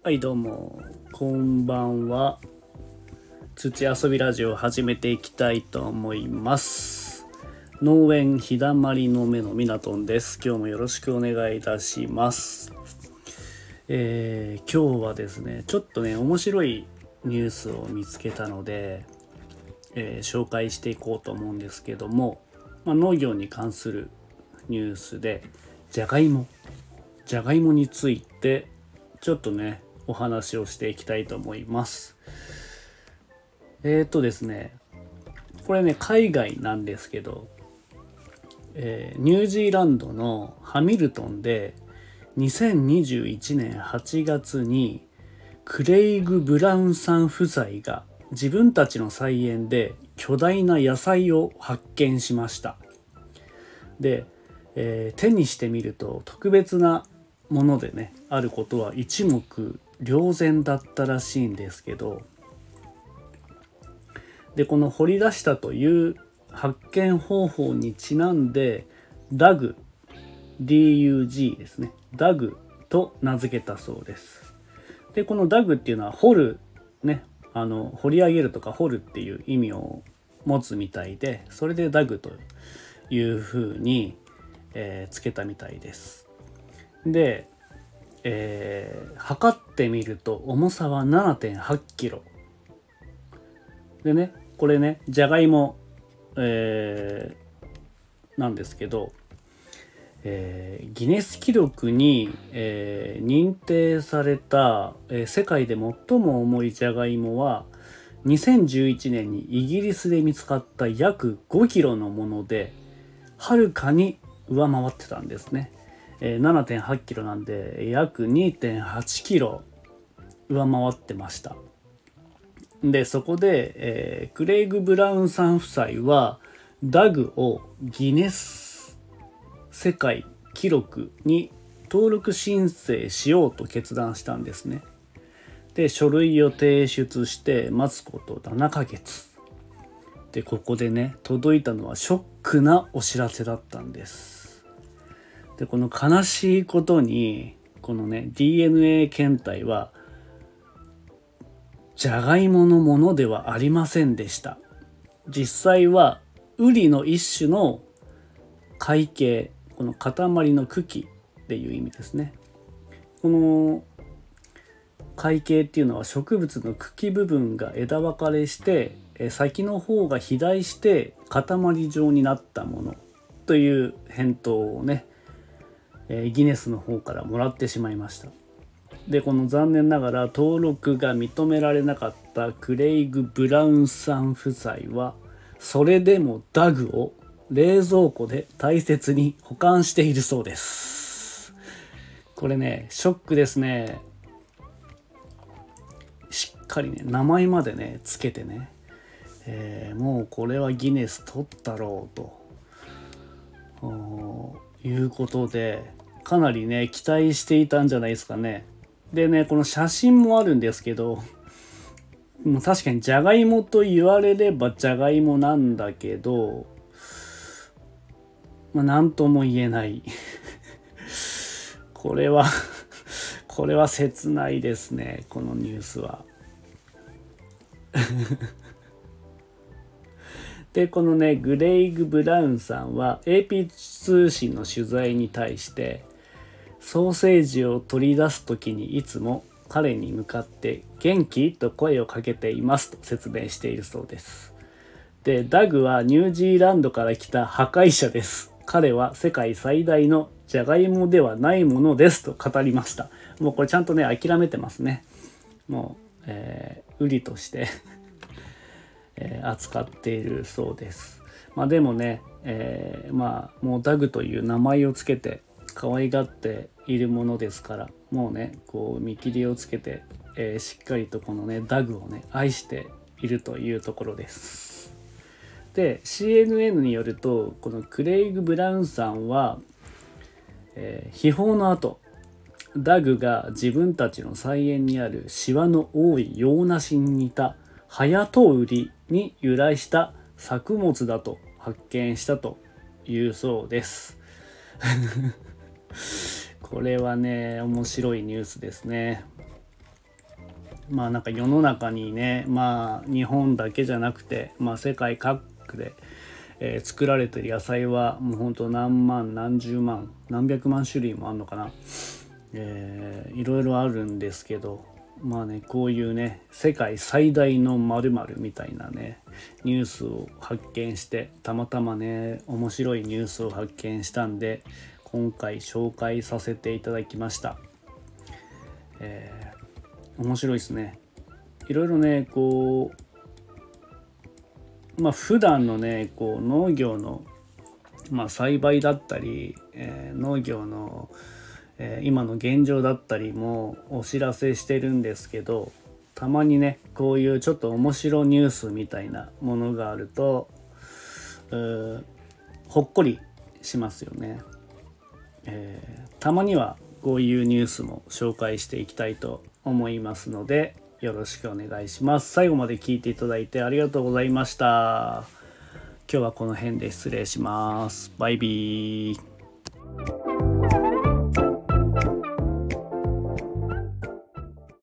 はいどうもこんばんは。土遊びラジオを始めていきたいと思います。農園日だまりの目のみなとんです。今日もよろしくお願いいたします。今日はですねちょっとね面白いニュースを見つけたので、紹介していこうと思うんですけども、農業に関するニュースでじゃがいもについてちょっとねお話をしていきたいと思います。ですねこれね海外なんですけど、ニュージーランドのハミルトンで2021年8月にクレイグ・ブラウンさん夫妻が自分たちの菜園で巨大な野菜を発見しました。で、手にしてみると特別なものでねあることは一目瞭然だったらしいんですけど、でこの掘り出したという発見方法にちなんでDUGですね、DUGと名付けたそうです。でこのDUGっていうのは掘るね、掘り上げるとか掘るっていう意味を持つみたいで、それでDUGというふうに、つけたみたいです。で、測ってみると重さは 7.8 キロでね、これねじゃがいも、なんですけど、ギネス記録に、認定された、世界で最も重いじゃがいもは2011年にイギリスで見つかった約5キロのものではるかに上回ってたんですね。7.8 キロなんで約 2.8 キロ上回ってました。でそこで、クレイグ・ブラウンさん夫妻はDUGをギネス世界記録に登録申請しようと決断したんですね。で書類を提出して待つこと7ヶ月で、ここでね届いたのはショックなお知らせだったんです。でこの悲しいことにこのね DNA 検体はじゃがいものものではありませんでした。実際はウリの一種の塊形、この塊の茎っていう意味ですね。この塊形っていうのは植物の茎部分が枝分かれして先の方が肥大して塊状になったものという返答をねギネスの方からもらってしまいました。でこの残念ながら登録が認められなかったクレイグ・ブラウンさん夫妻はそれでもDUGを冷蔵庫で大切に保管しているそうです。これねショックですね。しっかりね名前までねつけてね、もうこれはギネス取ったろうということでかなりね期待していたんじゃないですかね。でねこの写真もあるんですけど、もう確かにじゃがいもと言われればじゃがいもなんだけど、なんとも言えないこれは切ないですね、このニュースはでこのねグレイグ・ブラウンさんは AP 通信の取材に対してソーセージを取り出す時にいつも彼に向かって元気と声をかけていますと説明しているそうです。でDUGはニュージーランドから来た破壊者です。彼は世界最大のジャガイモではないものですと語りました。もうこれちゃんとね諦めてますね。もう、売りとして扱っているそうです。でもね、もうDUGという名前をつけて可愛がっているものですから、もうねこう見切りをつけて、しっかりとこのねDUGをね愛しているというところです。で CNN によるとこのクレイグ・ブラウンさんは、秘宝の後DUGが自分たちの菜園にあるシワの多い洋梨に似たハヤトウリに由来した作物だと発見したというそうですこれはね面白いニュースですね。 なんか世の中にね、日本だけじゃなくて、世界各国で、作られてる野菜はもうほんと何万何十万何百万種類もあんのかな、いろいろあるんですけど、こういうね世界最大の〇〇みたいなねニュースを発見して、たまたまね面白いニュースを発見したんで今回紹介させていただきました。面白いですね。いろいろねこう普段のねこう農業の栽培だったり、農業の、今の現状だったりもお知らせしてるんですけど、たまにねこういうちょっと面白ニュースみたいなものがあるとほっこりしますよね。たまにはこういうニュースも紹介していきたいと思いますのでよろしくお願いします。最後まで聞いていただいてありがとうございました。今日はこの辺で失礼します。バイビー。